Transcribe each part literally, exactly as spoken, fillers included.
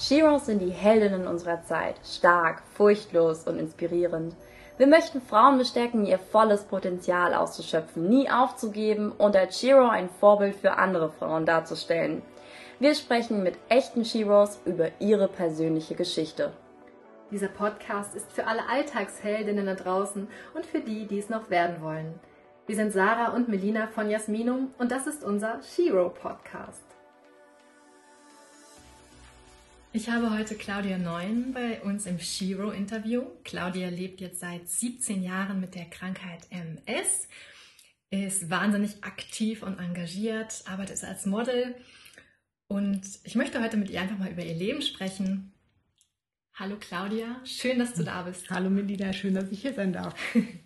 Sheroes sind die Heldinnen unserer Zeit, stark, furchtlos und inspirierend. Wir möchten Frauen bestärken, ihr volles Potenzial auszuschöpfen, nie aufzugeben und als Shero ein Vorbild für andere Frauen darzustellen. Wir sprechen mit echten Sheroes über ihre persönliche Geschichte. Dieser Podcast ist für alle Alltagsheldinnen da draußen und für die, die es noch werden wollen. Wir sind Sarah und Melina von Jasminum und das ist unser Shero Podcast. Ich habe heute Claudia Neuen bei uns im Shero-Interview. Claudia lebt jetzt seit siebzehn Jahren mit der Krankheit M S, ist wahnsinnig aktiv und engagiert, arbeitet als Model und ich möchte heute mit ihr einfach mal über ihr Leben sprechen. Hallo Claudia, schön, dass du da bist. Hallo Melina, schön, dass ich hier sein darf.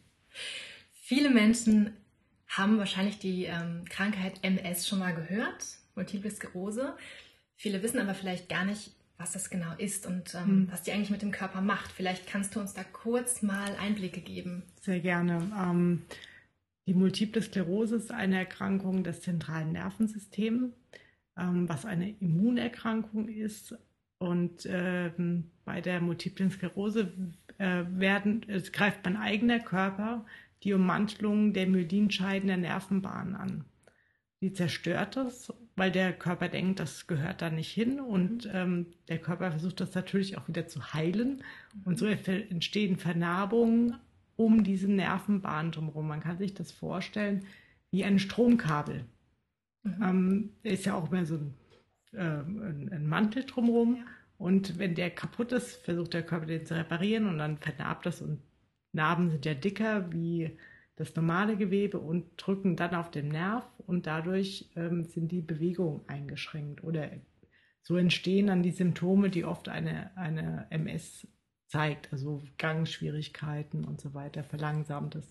Viele Menschen haben wahrscheinlich die ähm, Krankheit M S schon mal gehört, Multiple Sklerose. Viele wissen aber vielleicht gar nicht, was das genau ist und ähm, hm. was die eigentlich mit dem Körper macht. Vielleicht kannst du uns da kurz mal Einblicke geben. Sehr gerne. Ähm, die Multiple Sklerose ist eine Erkrankung des zentralen Nervensystems, ähm, was eine Immunerkrankung ist. Und ähm, bei der Multiplen Sklerose äh, werden, es greift mein eigener Körper die Ummantelung der Myelinscheiden der Nervenbahn an. Die zerstört es, weil der Körper denkt, das gehört da nicht hin und ähm, der Körper versucht das natürlich auch wieder zu heilen und so entstehen Vernarbungen um diese Nervenbahn drumherum. Man kann sich das vorstellen wie ein Stromkabel. Mhm. Ähm, ist ja auch mehr so ein, äh, ein, ein Mantel drumherum ja. Und wenn der kaputt ist, versucht der Körper den zu reparieren und dann vernarbt das und Narben sind ja dicker wie das normale Gewebe und drücken dann auf den Nerv und dadurch ähm, sind die Bewegungen eingeschränkt oder so entstehen dann die Symptome, die oft eine, eine M S zeigt, also Gangschwierigkeiten und so weiter, verlangsamtes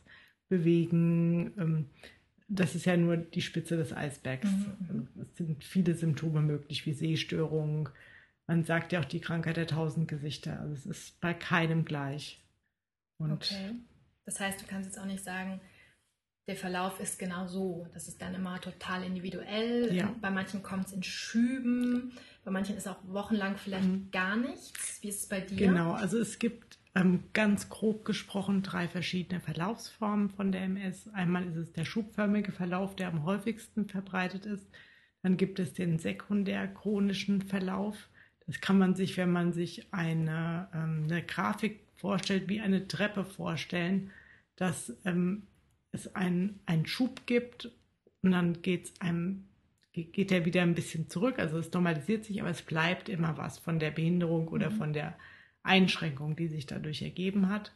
Bewegen. Ähm, das ist ja nur die Spitze des Eisbergs. Mhm. Es sind viele Symptome möglich, wie Sehstörungen. Man sagt ja auch die Krankheit der tausend Gesichter, also es ist bei keinem gleich. Und okay. Das heißt, du kannst jetzt auch nicht sagen, der Verlauf ist genau so. Das ist dann immer total individuell. Ja. Bei manchen kommt es in Schüben, bei manchen ist auch wochenlang vielleicht mhm. gar nichts. Wie ist es bei dir? Genau, also es gibt ähm, ganz grob gesprochen drei verschiedene Verlaufsformen von der M S. Einmal ist es der schubförmige Verlauf, der am häufigsten verbreitet ist. Dann gibt es den sekundär chronischen Verlauf. Das kann man sich, wenn man sich eine, ähm, eine Grafik vorstellt, wie eine Treppe vorstellen, dass ähm, es einen, einen Schub gibt und dann geht's einem, geht er wieder ein bisschen zurück, also es normalisiert sich, aber es bleibt immer was von der Behinderung oder mhm. von der Einschränkung, die sich dadurch ergeben hat.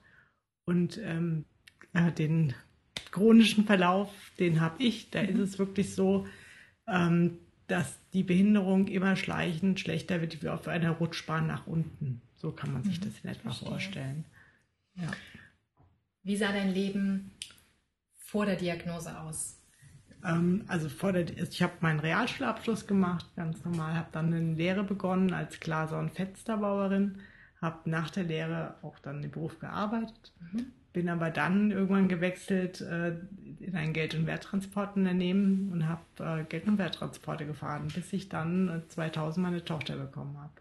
Und ähm, äh, den chronischen Verlauf, den habe ich, da mhm. ist es wirklich so, ähm, dass die Behinderung immer schleichend schlechter wird, wie auf einer Rutschbahn nach unten. So kann man sich das in etwa Verstehe. vorstellen. Ja. Wie sah dein Leben vor der Diagnose aus? Ähm, also vor der, ich habe meinen Realschulabschluss gemacht, ganz normal, habe dann eine Lehre begonnen als Glaser- und Fensterbauerin, habe nach der Lehre auch dann im Beruf gearbeitet, mhm. bin aber dann irgendwann gewechselt äh, in ein Geld- und Werttransportunternehmen und habe äh, Geld- und Werttransporte gefahren, bis ich dann äh, zweitausend meine Tochter bekommen habe.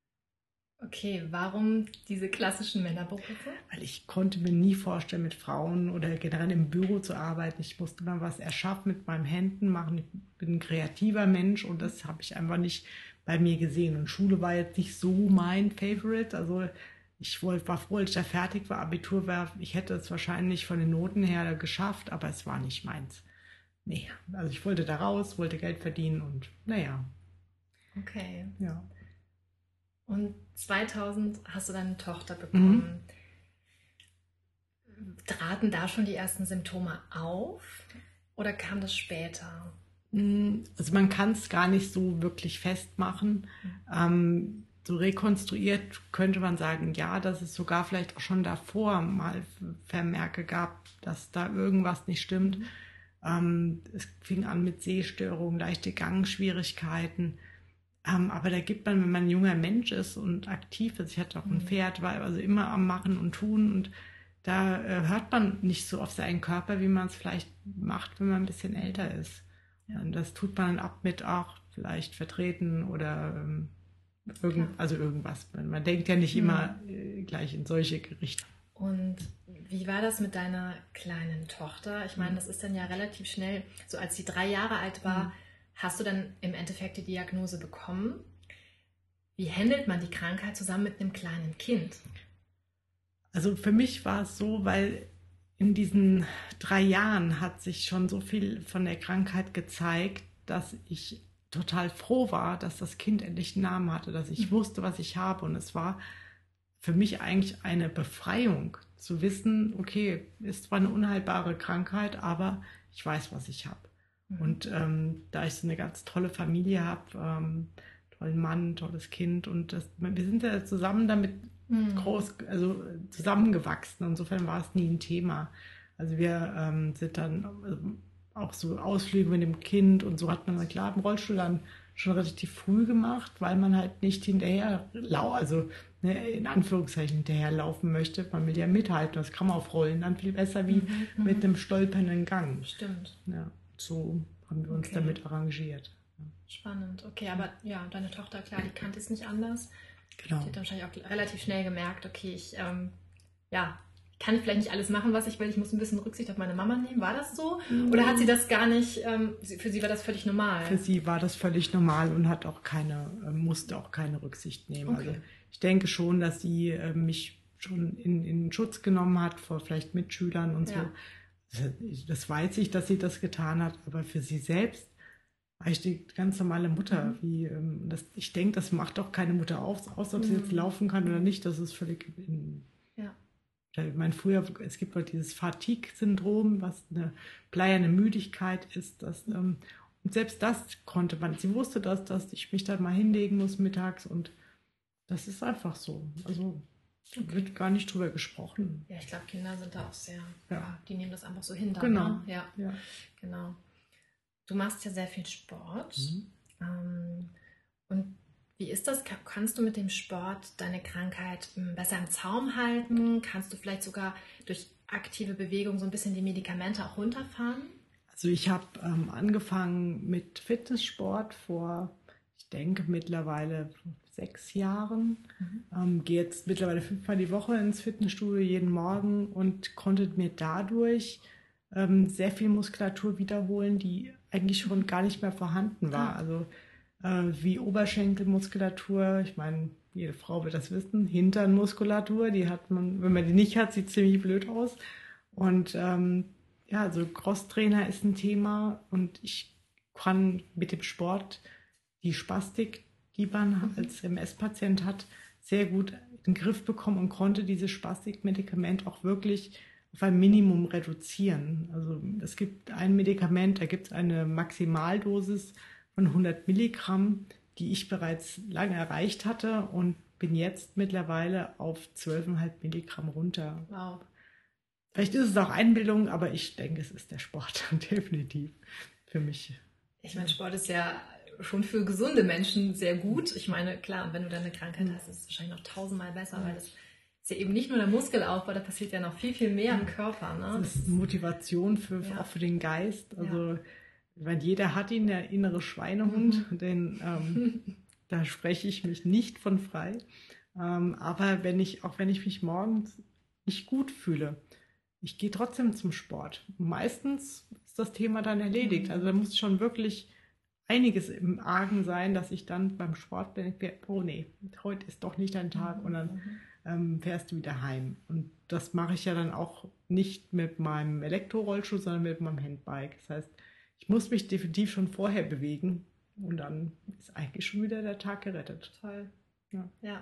Okay, warum diese klassischen Männerberufe? Weil ich konnte mir nie vorstellen, mit Frauen oder generell im Büro zu arbeiten. Ich musste mal was erschaffen, mit meinen Händen machen. Ich bin ein kreativer Mensch und das habe ich einfach nicht bei mir gesehen. Und Schule war jetzt nicht so mein Favorite. Also ich wollte, war froh, als ich da fertig war, Abitur war. Ich hätte es wahrscheinlich von den Noten her geschafft, aber es war nicht meins. Nee, also ich wollte da raus, wollte Geld verdienen und naja. Okay. Ja. Und zweitausend hast du deine Tochter bekommen. Mhm. Traten da schon die ersten Symptome auf oder kam das später? Also man kann es gar nicht so wirklich festmachen. Mhm. Ähm, so rekonstruiert könnte man sagen, ja, dass es sogar vielleicht auch schon davor mal Vermerke gab, dass da irgendwas nicht stimmt. Mhm. Ähm, es fing an mit Sehstörungen, leichte Gangschwierigkeiten. Um, aber da gibt man, wenn man ein junger Mensch ist und aktiv ist, ich hatte auch ein Pferd, war also immer am Machen und Tun und da äh, hört man nicht so auf seinen Körper, wie man es vielleicht macht, wenn man ein bisschen älter ist. Ja. Und das tut man dann ab mit auch vielleicht vertreten oder ähm, Irgend, also irgendwas. Man denkt ja nicht mhm. immer äh, gleich in solche Gerichte. Und wie war das mit deiner kleinen Tochter? Ich meine, das ist dann ja relativ schnell, so als sie drei Jahre alt war, mhm. hast du dann im Endeffekt die Diagnose bekommen. Wie handelt man die Krankheit zusammen mit einem kleinen Kind? Also für mich war es so, weil in diesen drei Jahren hat sich schon so viel von der Krankheit gezeigt, dass ich total froh war, dass das Kind endlich einen Namen hatte, dass ich mhm. wusste, was ich habe. Und es war für mich eigentlich eine Befreiung, zu wissen, okay, ist zwar eine unheilbare Krankheit, aber ich weiß, was ich habe. Mhm. Und ähm, da ich so eine ganz tolle Familie habe, ähm, tollen Mann, tolles Kind und das, wir sind ja zusammen damit mhm. groß, also zusammengewachsen. Insofern war es nie ein Thema. Also wir ähm, sind dann auch so Ausflüge mit dem Kind und so hat man, klar, im Rollstuhl dann schon relativ früh gemacht, weil man halt nicht hinterher, lau also ne, in Anführungszeichen hinterherlaufen möchte. Man will ja mithalten, das kann man auf Rollen dann viel besser wie mhm, mit einem stolpernden Gang. Stimmt. Ja, so haben wir uns okay. damit arrangiert. Ja. Spannend, okay, aber ja, deine Tochter, klar, die kannte es nicht anders. Genau. Die hat wahrscheinlich auch relativ schnell gemerkt, okay, ich, ähm, ja, kann ich vielleicht nicht alles machen, was ich will, ich muss ein bisschen Rücksicht auf meine Mama nehmen. War das so? Oder hat sie das gar nicht, ähm, für sie war das völlig normal? Für sie war das völlig normal und hat auch keine, äh, musste auch keine Rücksicht nehmen. Okay. Also ich denke schon, dass sie äh, mich schon in, in Schutz genommen hat vor vielleicht Mitschülern und ja. so. Das, das weiß ich, dass sie das getan hat, aber für sie selbst war ich die ganz normale Mutter. Mhm. Wie, ähm, das, ich denke, das macht doch keine Mutter aus, aus ob mhm. sie jetzt laufen kann oder nicht. Das ist völlig in, ja. Ich meine, früher, es gibt halt dieses Fatigue-Syndrom, was eine bleierne Müdigkeit ist. Das, ähm, und selbst das konnte man. Sie wusste, dass, dass ich mich dann mal hinlegen muss mittags und das ist einfach so. Also okay. wird gar nicht drüber gesprochen. Ja, ich glaube, Kinder sind da auch sehr, ja. ja, die nehmen das einfach so hin. Dann, genau. Ne? Ja. ja, genau. Du machst ja sehr viel Sport. Mhm. Ähm, und wie ist das? Kannst du mit dem Sport deine Krankheit besser im Zaum halten? Kannst du vielleicht sogar durch aktive Bewegung so ein bisschen die Medikamente auch runterfahren? Also ich habe ähm, angefangen mit Fitnesssport vor, ich denke mittlerweile sechs Jahren. Mhm. Ähm, gehe jetzt mittlerweile fünfmal die Woche ins Fitnessstudio jeden Morgen und konnte mir dadurch ähm, sehr viel Muskulatur wiederholen, die eigentlich schon gar nicht mehr vorhanden war. Also wie Oberschenkelmuskulatur, ich meine, jede Frau wird das wissen, Hinternmuskulatur, die hat man, wenn man die nicht hat, sieht ziemlich blöd aus. Und ähm, ja, also Crosstrainer ist ein Thema und ich kann mit dem Sport die Spastik, die man als M S-Patient hat, sehr gut in den Griff bekommen und konnte dieses Spastikmedikament auch wirklich auf ein Minimum reduzieren. Also es gibt ein Medikament, da gibt es eine Maximaldosis von hundert Milligramm, die ich bereits lange erreicht hatte und bin jetzt mittlerweile auf zwölf Komma fünf Milligramm runter. Wow. Vielleicht ist es auch Einbildung, aber ich denke, es ist der Sport definitiv für mich. Ich meine, Sport ist ja schon für gesunde Menschen sehr gut. Ich meine, klar, und wenn du dann eine Krankheit hast, ist es wahrscheinlich noch tausendmal besser, weil das ist ja eben nicht nur der Muskelaufbau, da passiert ja noch viel, viel mehr im Körper. Ne? Das ist Motivation für, ja. auch für den Geist. Also ja. Weil jeder hat ihn, der innere Schweinehund, mhm. denn ähm, da spreche ich mich nicht von frei. Ähm, aber wenn ich, auch wenn ich mich morgens nicht gut fühle, ich gehe trotzdem zum Sport. Meistens ist das Thema dann erledigt. Mhm. Also da muss schon wirklich einiges im Argen sein, dass ich dann beim Sport bin, oh nee, heute ist doch nicht ein Tag mhm. und dann ähm, fährst du wieder heim. Und das mache ich ja dann auch nicht mit meinem Elektrorollstuhl, sondern mit meinem Handbike. Das heißt, ich muss mich definitiv schon vorher bewegen und dann ist eigentlich schon wieder der Tag gerettet. Toll. Ja. ja.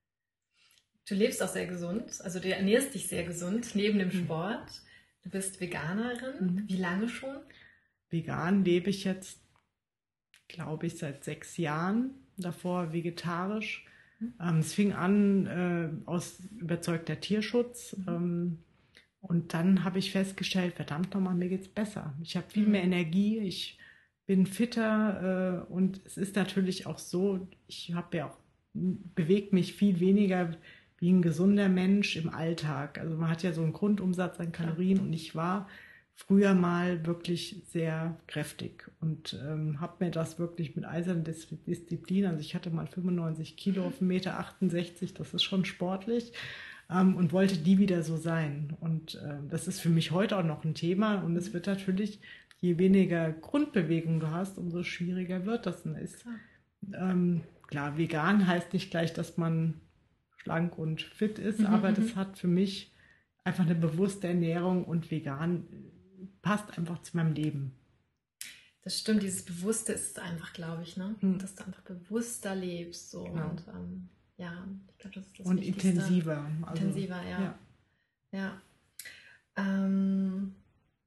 Du lebst auch sehr gesund, also du ernährst dich sehr gesund neben dem Sport. Du bist Veganerin. Mhm. Wie lange schon? Vegan lebe ich jetzt, glaube ich, seit sechs Jahren. Davor vegetarisch. Mhm. Ähm, es fing an äh, aus überzeugter Tierschutz. Mhm. Ähm, Und dann habe ich festgestellt, verdammt nochmal, mir geht's besser. Ich habe viel mehr Energie, ich bin fitter äh, und es ist natürlich auch so, ich habe ja auch, bewegt mich viel weniger wie ein gesunder Mensch im Alltag. Also man hat ja so einen Grundumsatz an Kalorien und ich war früher mal wirklich sehr kräftig und ähm, habe mir das wirklich mit eiserner Dis Disziplin, also ich hatte mal fünfundneunzig Kilo auf eins Komma achtundsechzig Meter, das ist schon sportlich, ähm, und wollte die wieder so sein. Und äh, das ist für mich heute auch noch ein Thema und es wird natürlich, je weniger Grundbewegung du hast, umso schwieriger wird das. Und ist, ähm, klar, vegan heißt nicht gleich, dass man schlank und fit ist, mhm, aber das hat für mich einfach eine bewusste Ernährung und vegan passt einfach zu meinem Leben. Das stimmt, dieses Bewusste ist einfach, glaube ich, ne? Hm. Dass du einfach bewusster lebst. So. Genau. Und ähm, ja, ich glaube, das ist das Und Wichtigste. intensiver. Also, intensiver, ja. Ja. ja. Ähm,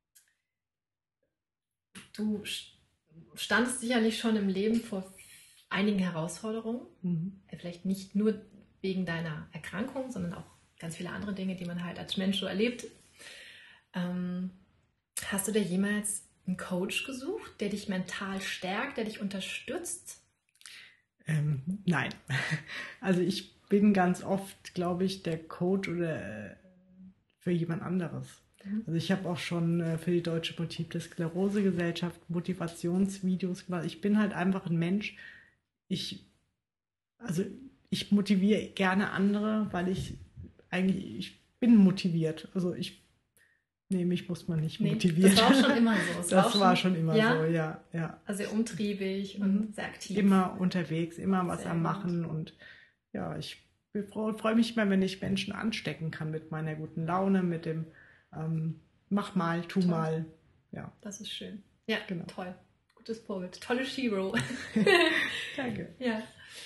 du standest sicherlich schon im Leben vor einigen Herausforderungen. Mhm. Vielleicht nicht nur wegen deiner Erkrankung, sondern auch ganz viele andere Dinge, die man halt als Mensch so erlebt. Ähm, hast du dir jemals einen Coach gesucht, der dich mental stärkt, der dich unterstützt? Ähm, nein. Also ich bin ganz oft, glaube ich, der Coach oder äh, für jemand anderes. Mhm. Also ich habe auch schon äh, für die Deutsche Multiple Sklerose Gesellschaft Motivationsvideos gemacht. Ich bin halt einfach ein Mensch. Ich, also ich motiviere gerne andere, weil ich eigentlich, ich bin motiviert. Also ich Nee, mich muss man nicht motivieren. Nee, das war auch schon immer so. Das, das war, schon, schon immer ja? so, ja, ja. Also sehr umtriebig und sehr aktiv. Immer unterwegs, immer was sehr am Machen. Gut. Und ja, ich freue mich immer, wenn ich Menschen anstecken kann mit meiner guten Laune, mit dem ähm, mach mal, tu toll. mal. Ja. Das ist schön. Ja, genau. Toll. Gutes Vorbild. Tolle Shiro. Danke. Ja.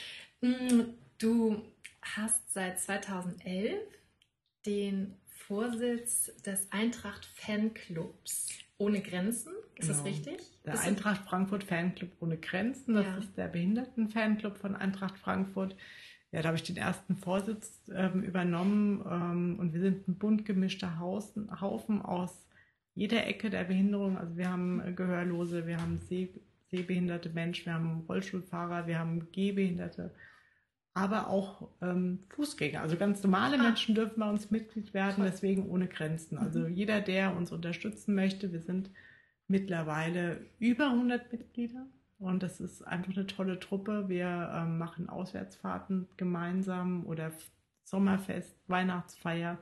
Du hast seit zweitausendelf den Vorsitz des Eintracht Fanclubs ohne Grenzen, ist genau. das richtig? Der ist Eintracht Frankfurt Fanclub ohne Grenzen, das ja. ist der Behinderten-Fanclub von Eintracht Frankfurt. Ja, da habe ich den ersten Vorsitz ähm, übernommen ähm, und wir sind ein bunt gemischter Haufen, Haufen aus jeder Ecke der Behinderung. Also wir haben äh, Gehörlose, wir haben Seh, sehbehinderte Menschen, wir haben Rollstuhlfahrer, wir haben Gehbehinderte, aber auch ähm, Fußgänger. Also ganz normale ah. Menschen dürfen bei uns Mitglied werden, Toll. Deswegen ohne Grenzen. Also mhm. jeder, der uns unterstützen möchte, wir sind mittlerweile über hundert Mitglieder und das ist einfach eine tolle Truppe. Wir ähm, machen Auswärtsfahrten gemeinsam oder Sommerfest, Weihnachtsfeier.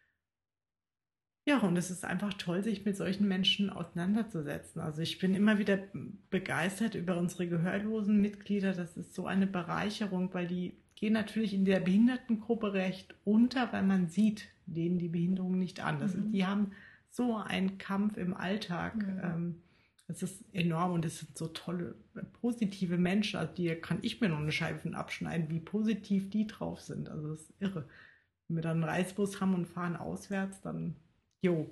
Ja, und es ist einfach toll, sich mit solchen Menschen auseinanderzusetzen. Also ich bin immer wieder begeistert über unsere gehörlosen Mitglieder. Das ist so eine Bereicherung, weil die gehen natürlich in der Behindertengruppe recht unter, weil man sieht denen die Behinderung nicht an. Das mhm. ist, die haben so einen Kampf im Alltag. Mhm. Das ist enorm und das sind so tolle, positive Menschen. Also die kann ich mir noch eine Scheibe von abschneiden, wie positiv die drauf sind. Also das ist irre. Wenn wir dann einen Reisbus haben und fahren auswärts, dann jo,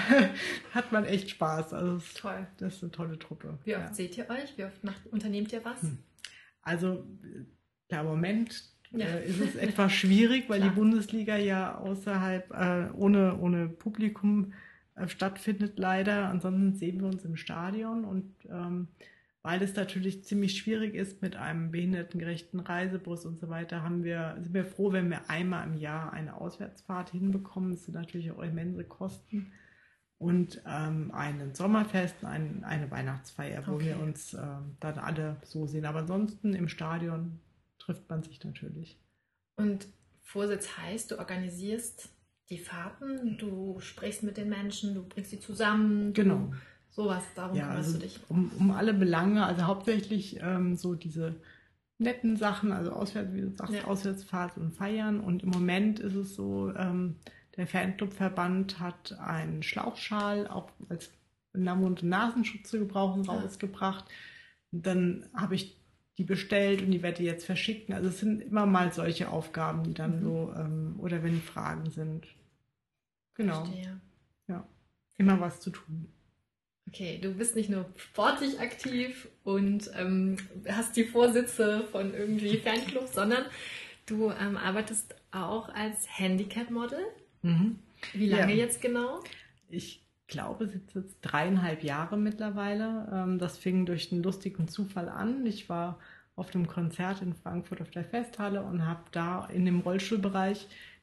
hat man echt Spaß. Also das, Toll. Das ist eine tolle Truppe. Wie oft ja. seht ihr euch? Wie oft macht, unternehmt ihr was? Also klar, im Moment ja. äh, ist es etwas schwierig, weil die Bundesliga ja außerhalb, äh, ohne, ohne Publikum äh, stattfindet leider. Ansonsten sehen wir uns im Stadion und ähm, weil es natürlich ziemlich schwierig ist mit einem behindertengerechten Reisebus und so weiter, haben wir, sind wir froh, wenn wir einmal im Jahr eine Auswärtsfahrt hinbekommen. Das sind natürlich auch immense Kosten. Und ähm, ein Sommerfest, ein, eine Weihnachtsfeier, wo okay. wir uns ähm, dann alle so sehen. Aber ansonsten im Stadion trifft man sich natürlich. Und Vorsitz heißt, du organisierst die Fahrten, du sprichst mit den Menschen, du bringst sie zusammen. Genau. Sowas, darum ja, kümmerst also du dich. Um, um alle Belange, also hauptsächlich ähm, so diese netten Sachen, also auswärts, wie du sagst, ja. Auswärtsfahrt und Feiern. Und im Moment ist es so, ähm, der Fanclubverband hat einen Schlauchschal auch als Mund- und Nasenschutz zu gebrauchen ja. rausgebracht. Dann habe ich die bestellt und die werde ich jetzt verschicken. Also es sind immer mal solche Aufgaben, die dann mhm. so, ähm, oder wenn Fragen sind. Genau. Verstehe. Ja, immer was zu tun. Okay, du bist nicht nur sportlich aktiv und ähm, hast die Vorsitze von irgendwie Fanclubs, sondern du ähm, arbeitest auch als Handicap-Model. Mhm. Wie lange ja. jetzt genau? Ich glaube, es sind jetzt dreieinhalb Jahre mittlerweile. Ähm, das fing durch einen lustigen Zufall an. Ich war auf einem Konzert in Frankfurt auf der Festhalle und habe da in dem Rollstuhlbereich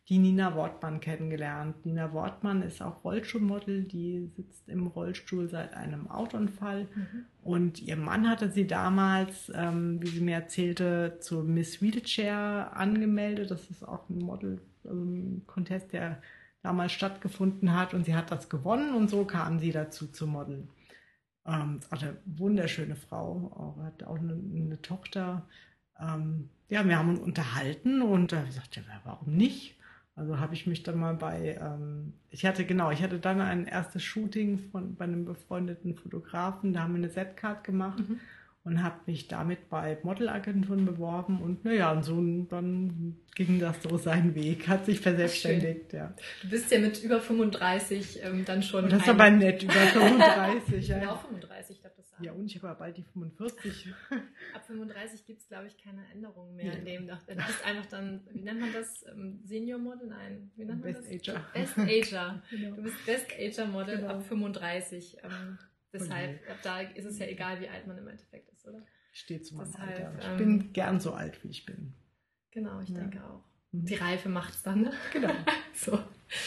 die Nina Wortmann kennengelernt. Nina Wortmann ist auch Rollstuhlmodel, die sitzt im Rollstuhl seit einem Autounfall. Mhm. Und ihr Mann hatte sie damals, ähm, wie sie mir erzählte, zu Miss Wheelchair angemeldet. Das ist auch ein Model, also ein Contest, der damals stattgefunden hat. Und sie hat das gewonnen und so kam sie dazu zu modeln. Ähm, eine wunderschöne Frau, auch, hat auch eine, eine Tochter. Ähm, ja, wir haben uns unterhalten und da äh, sagte ja, warum nicht? Also habe ich mich dann mal bei, ähm, ich hatte genau, ich hatte dann ein erstes Shooting von, bei einem befreundeten Fotografen, da haben wir eine Z-Card gemacht mhm. und habe mich damit bei Modelagenturen beworben und naja, und so dann ging das so seinen Weg, hat sich verselbstständigt, ja. Du bist ja mit über fünfunddreißig ähm, dann schon. Und das ist aber nett, über fünfunddreißig. Ich bin auch fünfunddreißig, ich glaube, das ja, und ich habe bald die fünfundvierzig. Ab fünfunddreißig gibt es, glaube ich, keine Änderungen mehr ja. in dem. Du bist einfach dann, wie nennt man das? Senior Model? Nein, wie nennt man Best das? Ager. Best Ager. Genau. Du bist Best Ager Model genau. ab fünfunddreißig. Ähm, deshalb, okay. ab da ist es ja egal, wie alt man im Endeffekt ist, oder? Steht zu meinem deshalb, Alter. Ich ähm, bin gern so alt, wie ich bin. Genau, ich ja. denke auch. Mhm. Die Reife macht es dann, ne? Genau. so.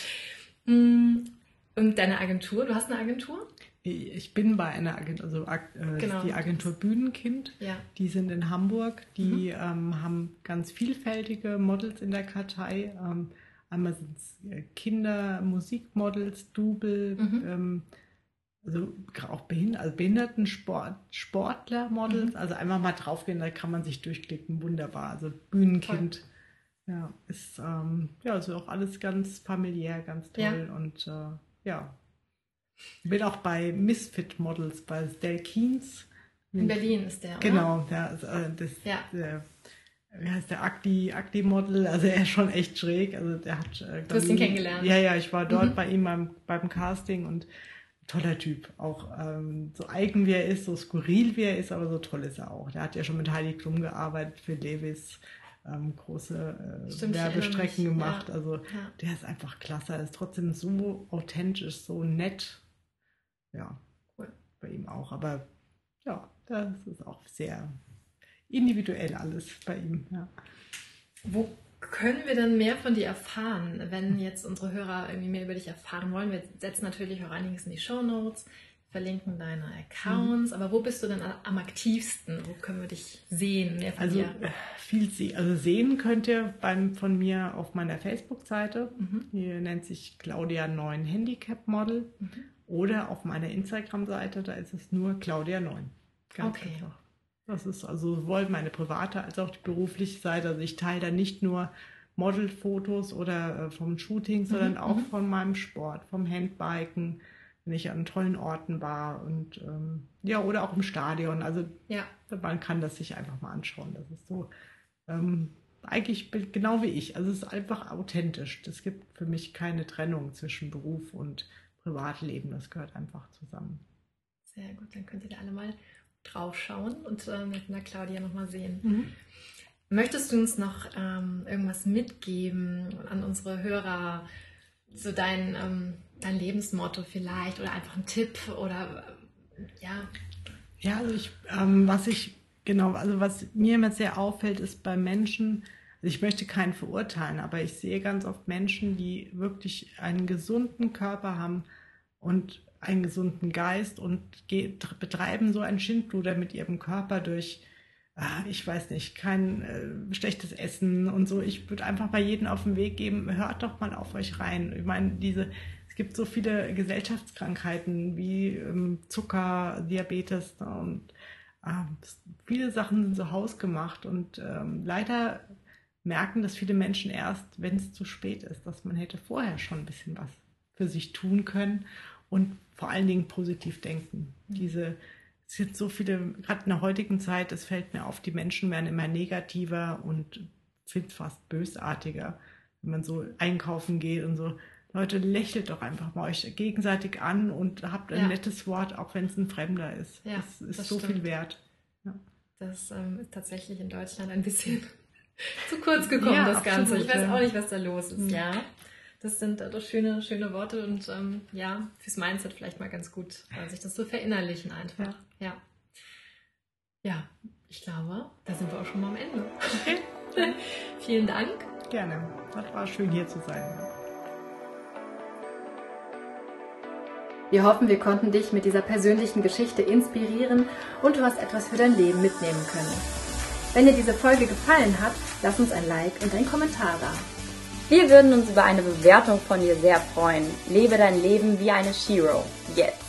Und deine Agentur, du hast eine Agentur? Ich bin bei einer Agentur, also äh, genau. die Agentur Bühnenkind. Ja. Die sind in Hamburg. Die mhm. ähm, haben ganz vielfältige Models in der Kartei. Ähm, einmal sind es Kinder, Musikmodels, Double, mhm. ähm, also auch Behind also Behindertensport, Sportlermodels. Mhm. Also einfach mal draufgehen, da kann man sich durchklicken. Wunderbar. Also Bühnenkind. Toll. Ja, ist ähm, ja also auch alles ganz familiär, ganz toll ja. und äh, ja. Ich bin auch bei Misfit Models, bei Del Keens. In Berlin ist der, oder? Genau, der, äh, das, ja. der, wie heißt der, Akti, Akti Model, also er ist schon echt schräg. Also der hat, äh, du hast ihn kennengelernt? Ja, ja, ich war dort mhm. bei ihm beim, beim Casting und toller Typ. Auch ähm, so eigen wie er ist, so skurril wie er ist, aber so toll ist er auch. Der hat ja schon mit Heidi Klum gearbeitet, für Levi's. Ähm, große äh, Stimmt, Werbestrecken gemacht. Ja. Also ja. der ist einfach klasse. Er ist trotzdem so authentisch, so nett. Ja, cool. Bei ihm auch. Aber ja, das ist auch sehr individuell alles bei ihm. Ja. Wo können wir denn mehr von dir erfahren, wenn jetzt unsere Hörer irgendwie mehr über dich erfahren wollen? Wir setzen natürlich auch einiges in die Shownotes, verlinken deine Accounts, mhm. aber wo bist du denn am aktivsten? Wo können wir dich sehen? Mehr von also dir? viel se also sehen könnt ihr beim, von mir auf meiner Facebook-Seite. Mhm. Die nennt sich Claudia neun Handicap Model. Mhm. Oder auf meiner Instagram-Seite, da ist es nur Claudia neun. Ganz okay. einfach. Das ist also sowohl meine private als auch die berufliche Seite. Also ich teile da nicht nur Modelfotos oder äh, vom Shooting, sondern mhm. auch von meinem Sport, vom Handbiken, wenn ich an tollen Orten war und ähm, ja, oder auch im Stadion. Also ja. man kann das sich einfach mal anschauen. Das ist so ähm, eigentlich genau wie ich. Also es ist einfach authentisch. Es gibt für mich keine Trennung zwischen Beruf und Privatleben. Das gehört einfach zusammen. Sehr gut, dann könnt ihr da alle mal drauf schauen und äh, mit einer Claudia nochmal sehen. Mhm. Möchtest du uns noch ähm, irgendwas mitgeben an unsere Hörer? So dein, ähm, dein Lebensmotto vielleicht oder einfach ein Tipp oder äh, ja. Ja, also ich, ähm, was ich, genau, also was mir immer sehr auffällt, ist bei Menschen, also ich möchte keinen verurteilen, aber ich sehe ganz oft Menschen, die wirklich einen gesunden Körper haben und einen gesunden Geist und betreiben so ein Schindluder mit ihrem Körper durch, äh, ich weiß nicht, kein äh, schlechtes Essen und so. Ich würde einfach bei jedem auf den Weg geben, hört doch mal auf euch rein. Ich meine, diese, es gibt so viele Gesellschaftskrankheiten wie ähm, Zucker, Diabetes und äh, viele Sachen sind so hausgemacht und ähm, leider merken das viele Menschen erst, wenn es zu spät ist, dass man hätte vorher schon ein bisschen was für sich tun können. Und vor allen Dingen positiv denken. Diese, es sind so viele, gerade in der heutigen Zeit, es fällt mir auf, die Menschen werden immer negativer und finde es fast bösartiger, wenn man so einkaufen geht und so. Leute, lächelt doch einfach mal euch gegenseitig an und habt ein ja. nettes Wort, auch wenn es ein Fremder ist. Ja, das ist das so stimmt. viel wert. Ja. Das ähm, ist tatsächlich in Deutschland ein bisschen zu kurz gekommen, ja, das Ganze. Absolut, ich weiß ja. auch nicht, was da los ist. Mhm. Ja. Das sind äh, doch schöne, schöne Worte und ähm, ja, fürs Mindset vielleicht mal ganz gut, äh, sich das so verinnerlichen einfach. Ja. ja. Ja, ich glaube, da sind wir auch schon mal am Ende. Okay. Vielen Dank Gerne. Das war schön, hier zu sein. Wir hoffen, wir konnten dich mit dieser persönlichen Geschichte inspirieren und du hast etwas für dein Leben mitnehmen können. Wenn dir diese Folge gefallen hat, lass uns ein Like und einen Kommentar da. Wir würden uns über eine Bewertung von dir sehr freuen. Lebe dein Leben wie eine Shero. Jetzt!